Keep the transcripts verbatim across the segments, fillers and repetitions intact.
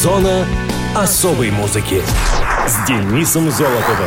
Зона особой музыки с Денисом Золотовым.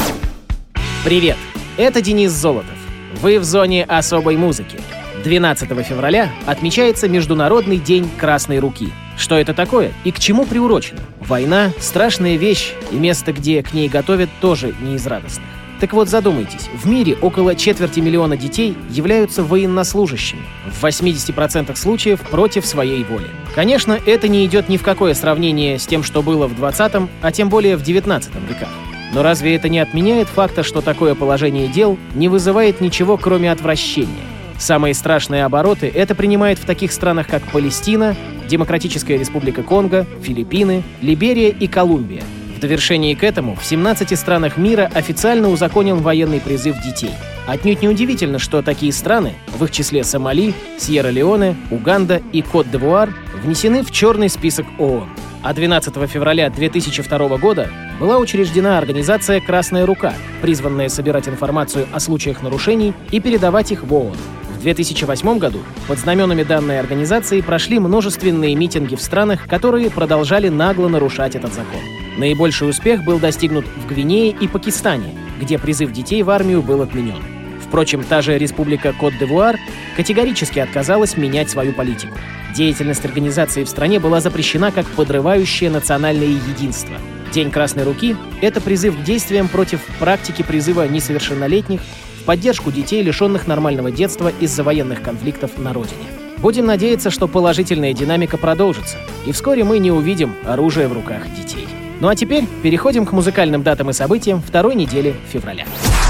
Привет, это Денис Золотов. Вы в зоне особой музыки. двенадцатого февраля отмечается Международный день Красной Руки. Что это такое и к чему приурочено? Война — страшная вещь, и место, где к ней готовят, тоже не из радостных. Так вот, задумайтесь, в мире около четверти миллиона детей являются военнослужащими, в восьмидесяти процентах случаев против своей воли. Конечно, это не идет ни в какое сравнение с тем, что было в двадцатом, а тем более в девятнадцатом веках. Но разве это не отменяет факта, что такое положение дел не вызывает ничего, кроме отвращения? Самые страшные обороты это принимает в таких странах, как Палестина, Демократическая Республика Конго, Филиппины, Либерия и Колумбия. В довершении к этому в семнадцати странах мира официально узаконен военный призыв детей. Отнюдь не удивительно, что такие страны, в их числе Сомали, Сьерра-Леоне, Уганда и Кот-д'Ивуар, внесены в черный список ООН. А двенадцатого февраля две тысячи второго года была учреждена организация «Красная рука», призванная собирать информацию о случаях нарушений и передавать их в ООН. В две тысячи восьмом году под знаменами данной организации прошли множественные митинги в странах, которые продолжали нагло нарушать этот закон. Наибольший успех был достигнут в Гвинее и Пакистане, где призыв детей в армию был отменен. Впрочем, та же республика Кот-д'Ивуар категорически отказалась менять свою политику. Деятельность организации в стране была запрещена как подрывающая национальное единство. День Красной Руки — это призыв к действиям против практики призыва несовершеннолетних в поддержку детей, лишенных нормального детства из-за военных конфликтов на родине. Будем надеяться, что положительная динамика продолжится, и вскоре мы не увидим оружие в руках детей. Ну а теперь переходим к музыкальным датам и событиям второй недели февраля.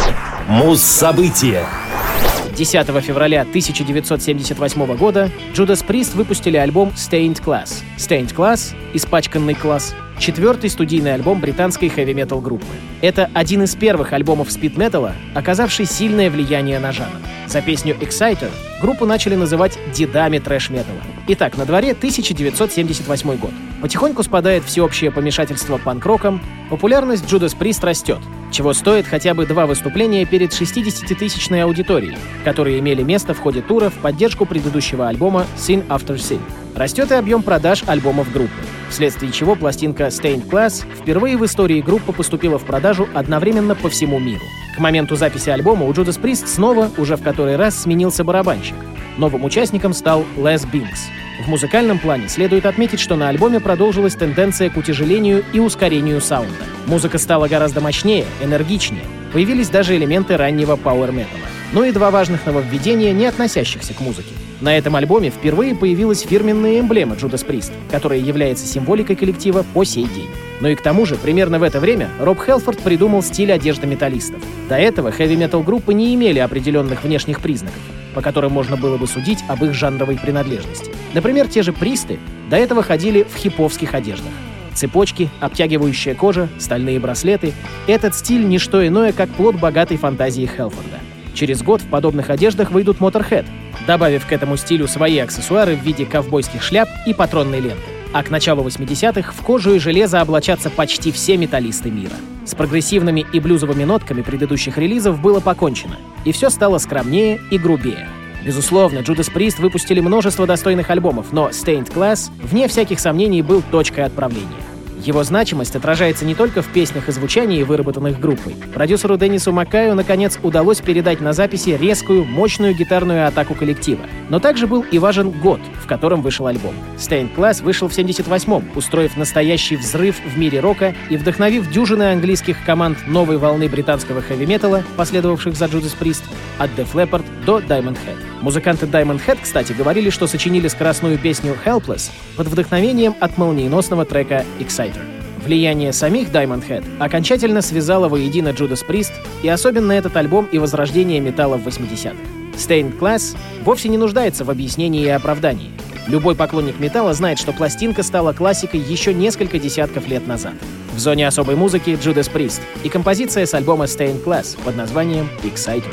Муз-события. десятого февраля тысяча девятьсот семьдесят восьмого года Judas Priest выпустили альбом Stained Class. Stained Class — испачканный класс — четвертый студийный альбом британской хэви-метал группы. Это один из первых альбомов спид-металла, оказавший сильное влияние на жанр. За песню Exciter группу начали называть дедами трэш-металла. Итак, на дворе тысяча девятьсот семьдесят восьмой год. Потихоньку спадает всеобщее помешательство панк-роком, популярность Judas Priest растет, чего стоит хотя бы два выступления перед шестидесятитысячной аудиторией, которые имели место в ходе тура в поддержку предыдущего альбома Sin After Sin. Растет и объем продаж альбомов группы, вследствие чего пластинка Stained Class впервые в истории группы поступила в продажу одновременно по всему миру. К моменту записи альбома у Judas Priest снова, уже в который раз, сменился барабанщик. Новым участником стал Les Binks. В музыкальном плане следует отметить, что на альбоме продолжилась тенденция к утяжелению и ускорению саунда. Музыка стала гораздо мощнее, энергичнее. Появились даже элементы раннего пауэр-металла. Ну и два важных нововведения, не относящихся к музыке. На этом альбоме впервые появилась фирменная эмблема Judas Priest, которая является символикой коллектива по сей день. Ну и к тому же, примерно в это время Роб Хелфорд придумал стиль одежды металлистов. До этого хэви-метал группы не имели определенных внешних признаков, по которым можно было бы судить об их жанровой принадлежности. Например, те же Присты до этого ходили в хиповских одеждах. Цепочки, обтягивающая кожа, стальные браслеты — этот стиль — не что иное, как плод богатой фантазии Хелфорда. Через год в подобных одеждах выйдут Motorhead, добавив к этому стилю свои аксессуары в виде ковбойских шляп и патронной ленты. А к началу восьмидесятых в кожу и железо облачатся почти все металлисты мира. С прогрессивными и блюзовыми нотками предыдущих релизов было покончено, и все стало скромнее и грубее. Безусловно, Judas Priest выпустили множество достойных альбомов, но Stained Class, вне всяких сомнений, был точкой отправления. Его значимость отражается не только в песнях и звучании, выработанных группой. Продюсеру Деннису Маккаю, наконец, удалось передать на записи резкую, мощную гитарную атаку коллектива. Но также был и важен год, в котором вышел альбом. Stained Class вышел в семьдесят восьмом, устроив настоящий взрыв в мире рока и вдохновив дюжины английских команд новой волны британского хэви-металла, последовавших за Judas Priest, от Def Leppard до Diamond Head. Музыканты Diamond Head, кстати, говорили, что сочинили скоростную песню Helpless под вдохновением от молниеносного трека Exciter. Влияние самих Diamond Head окончательно связало воедино Judas Priest и особенно этот альбом и возрождение металла в восьмидесятых. Stained Class вовсе не нуждается в объяснении и оправдании. Любой поклонник металла знает, что пластинка стала классикой еще несколько десятков лет назад. В зоне особой музыки Judas Priest и композиция с альбома Stained Class под названием Exciter.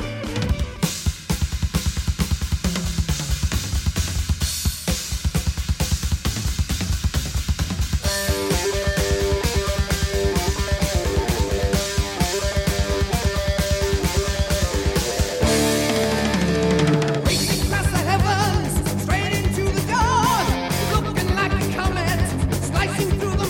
Through the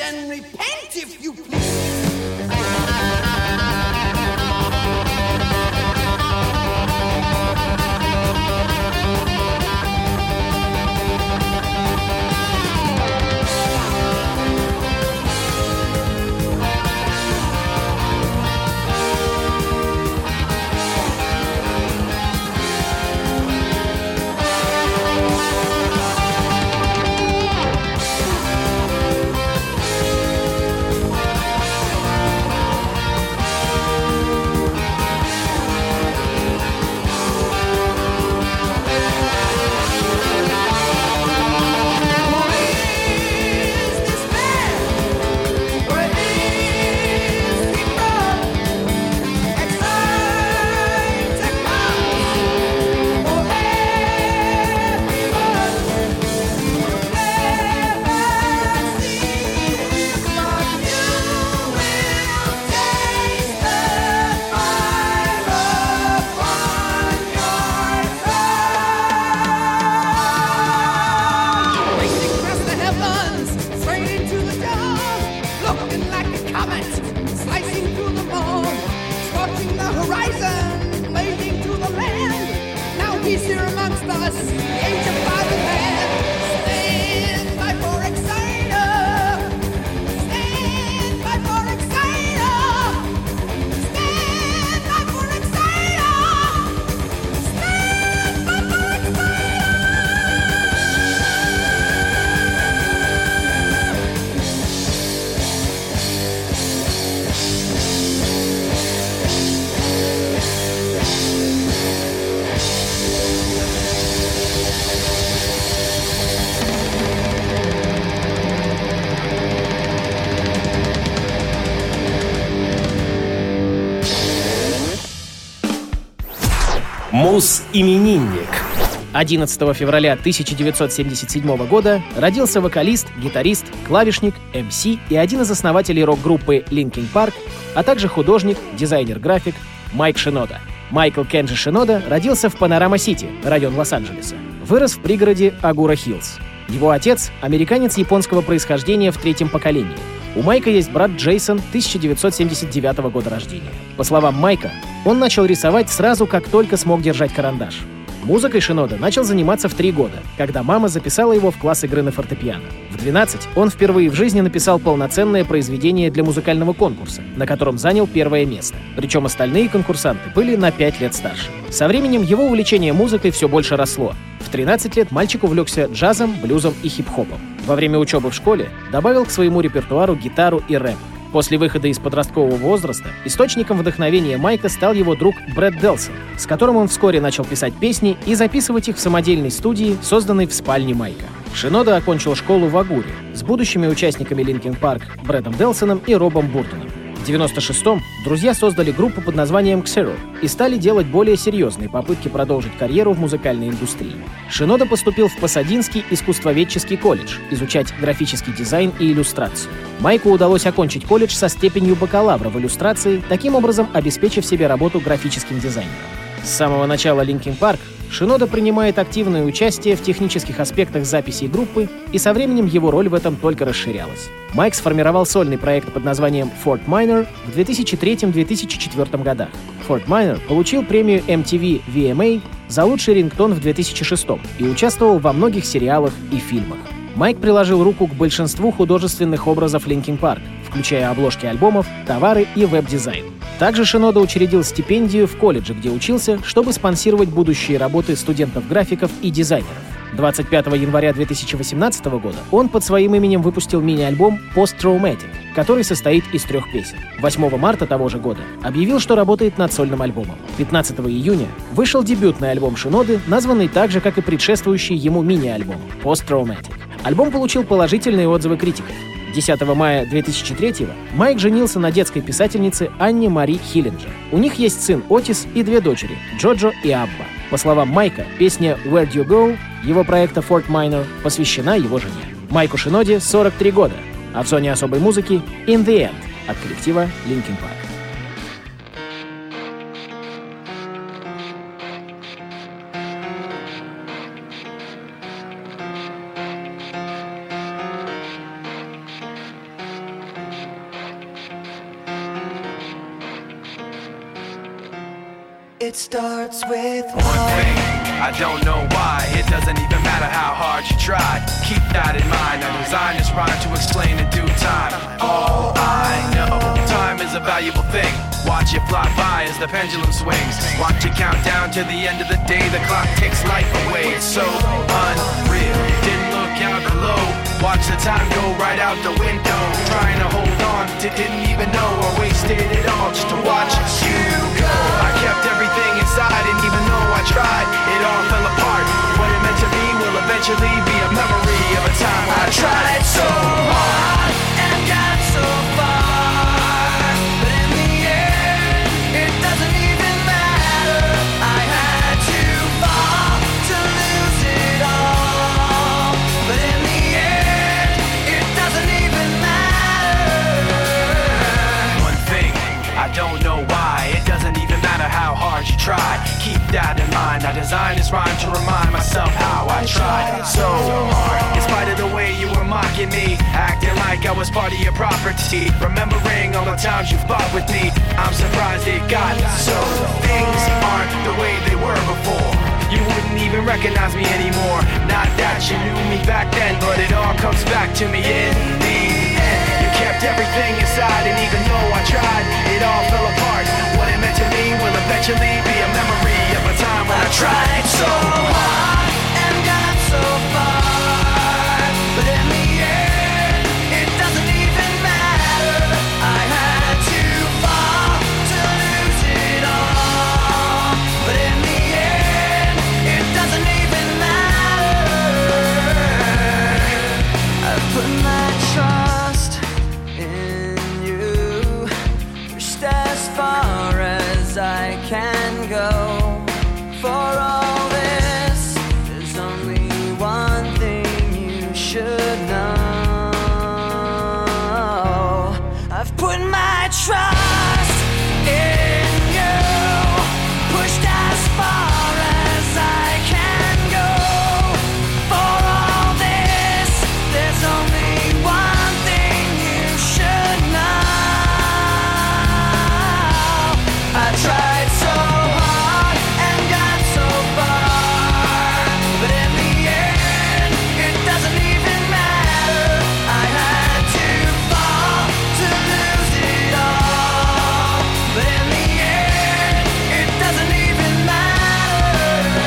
and repent if you please. Муз-именинник. одиннадцатого февраля тысяча девятьсот семьдесят седьмого года родился вокалист, гитарист, клавишник, эм си и один из основателей рок-группы Linkin Park, а также художник, дизайнер-график Майк Шинода. Майкл Кенджи Шинода родился в Панорама-Сити, район Лос-Анджелеса. Вырос в пригороде Агура-Хиллз. Его отец — американец японского происхождения в третьем поколении. У Майка есть брат Джейсон, тысяча девятьсот семьдесят девятого года рождения. По словам Майка, он начал рисовать сразу, как только смог держать карандаш. Музыкой Шинода начал заниматься в три года, когда мама записала его в класс игры на фортепиано. В двенадцать он впервые в жизни написал полноценное произведение для музыкального конкурса, на котором занял первое место. Причем остальные конкурсанты были на пять лет старше. Со временем его увлечение музыкой все больше росло. В тринадцать лет мальчик увлекся джазом, блюзом и хип-хопом. Во время учебы в школе добавил к своему репертуару гитару и рэп. После выхода из подросткового возраста источником вдохновения Майка стал его друг Брэд Делсон, с которым он вскоре начал писать песни и записывать их в самодельной студии, созданной в спальне Майка. Шинода окончил школу в Агуре с будущими участниками Linkin Park Брэдом Делсоном и Робом Буртоном. В девяносто шестом друзья создали группу под названием Xero и стали делать более серьезные попытки продолжить карьеру в музыкальной индустрии. Шинода поступил в Пасадинский искусствоведческий колледж изучать графический дизайн и иллюстрацию. Майку удалось окончить колледж со степенью бакалавра в иллюстрации, таким образом обеспечив себе работу графическим дизайнером. С самого начала Linkin Park Шинода принимает активное участие в технических аспектах записи группы, и со временем его роль в этом только расширялась. Майк сформировал сольный проект под названием Fort Minor в две тысячи третьем — две тысячи четвёртом годах. Fort Minor получил премию эм ти ви ви эм эй за лучший рингтон в две тысячи шестом и участвовал во многих сериалах и фильмах. Майк приложил руку к большинству художественных образов Linkin Park, включая обложки альбомов, товары и веб-дизайн. Также Шинода учредил стипендию в колледже, где учился, чтобы спонсировать будущие работы студентов-графиков и дизайнеров. двадцать пятого января две тысячи восемнадцатого года он под своим именем выпустил мини-альбом Post-Traumatic, который состоит из трех песен. восьмого марта того же года объявил, что работает над сольным альбомом. пятнадцатого июня вышел дебютный альбом Шиноды, названный так же, как и предшествующий ему мини-альбом Post-Traumatic. Альбом получил положительные отзывы критиков. десятого мая две тысячи третьего Майк женился на детской писательнице Анне Мари Хиллинджер. У них есть сын Отис и две дочери — Джоджо и Абба. По словам Майка, песня «Where'd You Go» его проекта Fort Minor посвящена его жене. Майку Шиноде сорок три года, а в зоне особой музыки «In the End» от коллектива Linkin Park. It starts with one thing, I don't know why. It doesn't even matter how hard you try. Keep that in mind. I designed this rhyme to explain in due time. All I know, time is a valuable thing. Watch it fly by as the pendulum swings. Watch it count down to the end of the day. The clock takes life away. It's so unreal. Didn't look out below. Watch the time go right out the window. Trying to hold on, didn't even know I wasted it all just to watch you go. I kept everything inside, and even though I tried, it all fell apart. What it meant to me will eventually be a memory of a time when I tried so hard and got so far, but in the end, it doesn't even matter. I had to fall to lose it all, but in the end, it doesn't even matter. One thing, I don't know why. It doesn't even matter how hard you try. Keep that in mind. I designed this rhyme to remind myself how I tried so hard. In spite of the way you were mocking me, acting like I was part of your property, remembering all the times you fought with me, I'm surprised it got so. Things aren't the way they were before. You wouldn't even recognize me anymore. Not that you knew me back then, but it all comes back to me in the end. You kept everything inside, and even though I tried, it all fell apart. What it meant to me will eventually be a memory of a time when I tried so hard and got so far, but in the end, it doesn't even matter. I had to fall to lose it all, but in the end, it doesn't even matter. I put my trust in you, pushed as far as I can go. For all this, there's only one thing you should know. I've put my trust in you, pushed as far as I can go. For all this, there's only one thing you should know. I tried so hard and got so far, but in the end, it doesn't even matter. I had to fall to lose it all, but in the end, it doesn't even matter.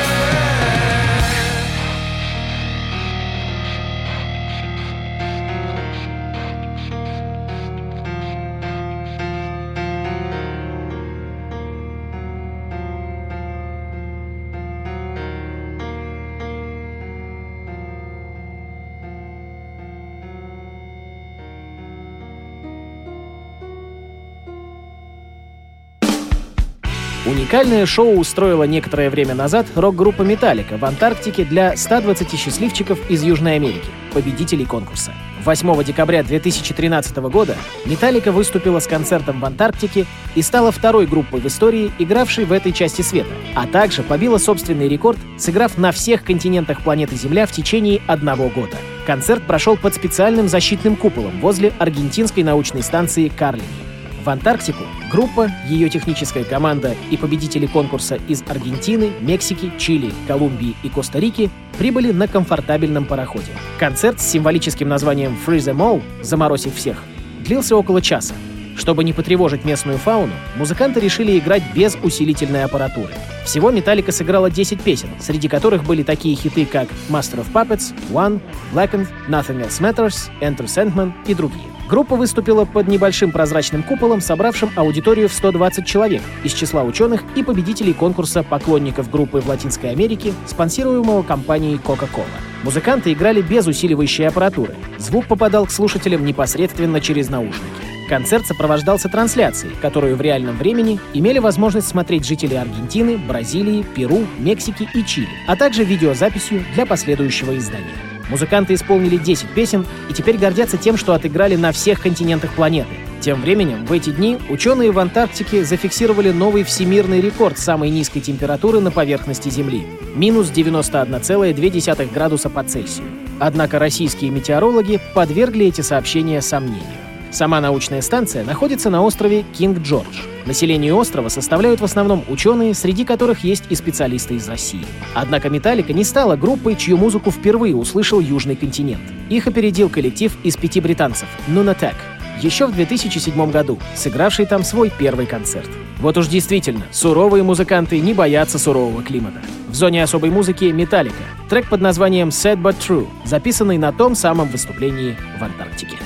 Уникальное шоу устроила некоторое время назад рок-группа Metallica в Антарктике для ста двадцати счастливчиков из Южной Америки, победителей конкурса. восьмого декабря две тысячи тринадцатого года Metallica выступила с концертом в Антарктике и стала второй группой в истории, игравшей в этой части света, а также побила собственный рекорд, сыграв на всех континентах планеты Земля в течение одного года. Концерт прошел под специальным защитным куполом возле аргентинской научной станции Карлини. В Антарктику группа, ее техническая команда и победители конкурса из Аргентины, Мексики, Чили, Колумбии и Коста-Рики прибыли на комфортабельном пароходе. Концерт с символическим названием «Freeze them all» — «Заморозь их всех» длился около часа. Чтобы не потревожить местную фауну, музыканты решили играть без усилительной аппаратуры. Всего Metallica сыграла десять песен, среди которых были такие хиты, как «Master of Puppets», «One», «Blackened», «Nothing Else Matters», «Enter Sandman» и другие. Группа выступила под небольшим прозрачным куполом, собравшим аудиторию в сто двадцать человек из числа ученых и победителей конкурса поклонников группы в Латинской Америке, спонсируемого компанией Coca-Cola. Музыканты играли без усиливающей аппаратуры. Звук попадал к слушателям непосредственно через наушники. Концерт сопровождался трансляцией, которую в реальном времени имели возможность смотреть жители Аргентины, Бразилии, Перу, Мексики и Чили, а также видеозаписью для последующего издания. Музыканты исполнили десять песен и теперь гордятся тем, что отыграли на всех континентах планеты. Тем временем, в эти дни ученые в Антарктике зафиксировали новый всемирный рекорд самой низкой температуры на поверхности Земли — минус девяносто одна целая две десятых градуса по Цельсию. Однако российские метеорологи подвергли эти сообщения сомнению. Сама научная станция находится на острове Кинг-Джордж. Население острова составляют в основном ученые, среди которых есть и специалисты из России. Однако Metallica не стала группой, чью музыку впервые услышал Южный континент. Их опередил коллектив из пяти британцев — Nunatak, еще в две тысячи седьмом году, сыгравший там свой первый концерт. Вот уж действительно, суровые музыканты не боятся сурового климата. В зоне особой музыки Metallica. Трек под названием Sad But True, записанный на том самом выступлении в Антарктике.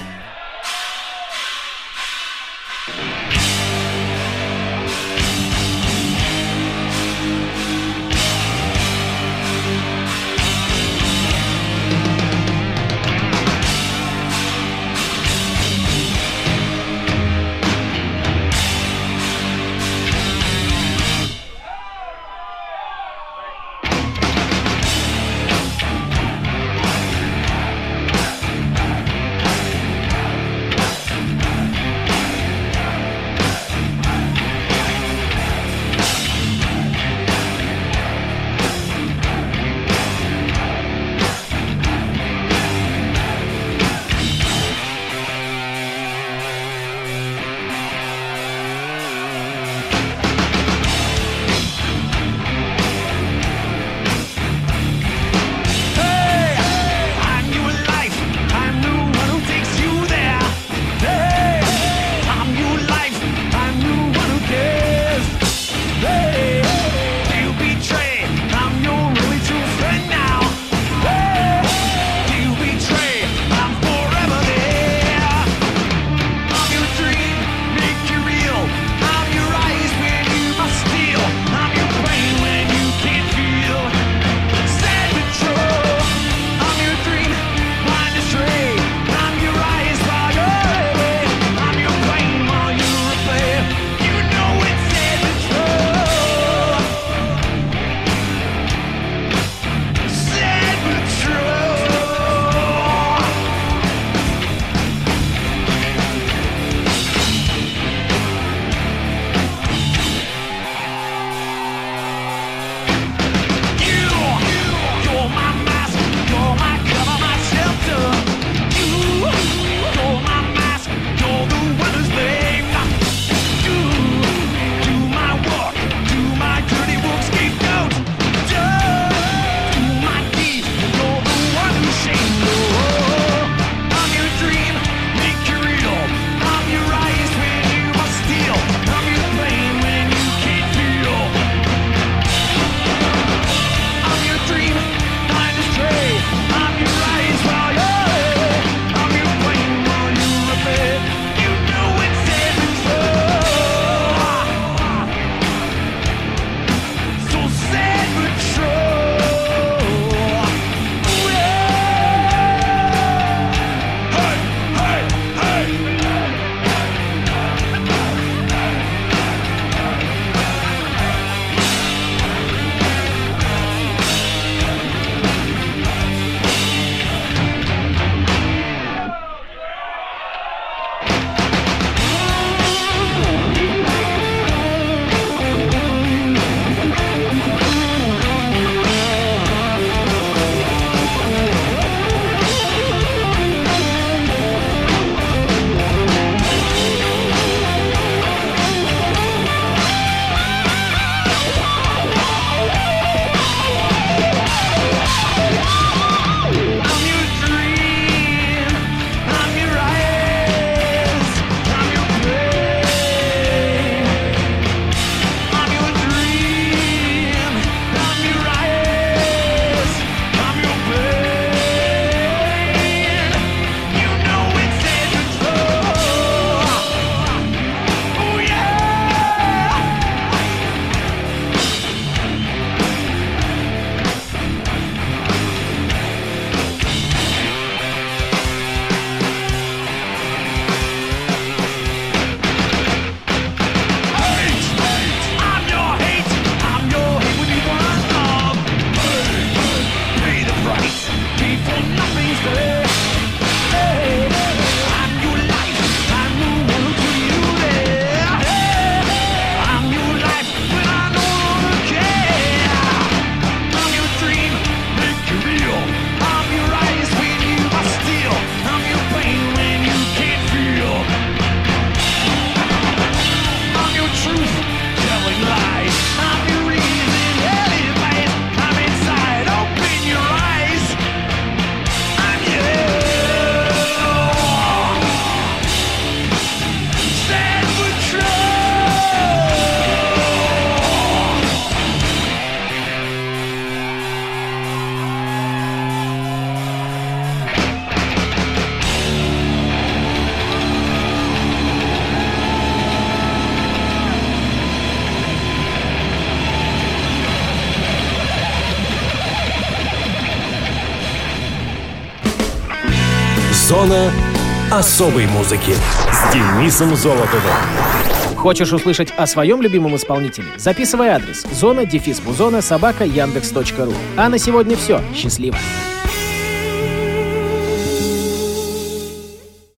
Зона особой музыки с Денисом Золотовым. Хочешь услышать о своем любимом исполнителе? Записывай адрес: зона дефис музона собака яндекс точка ру. А на сегодня все. Счастливо!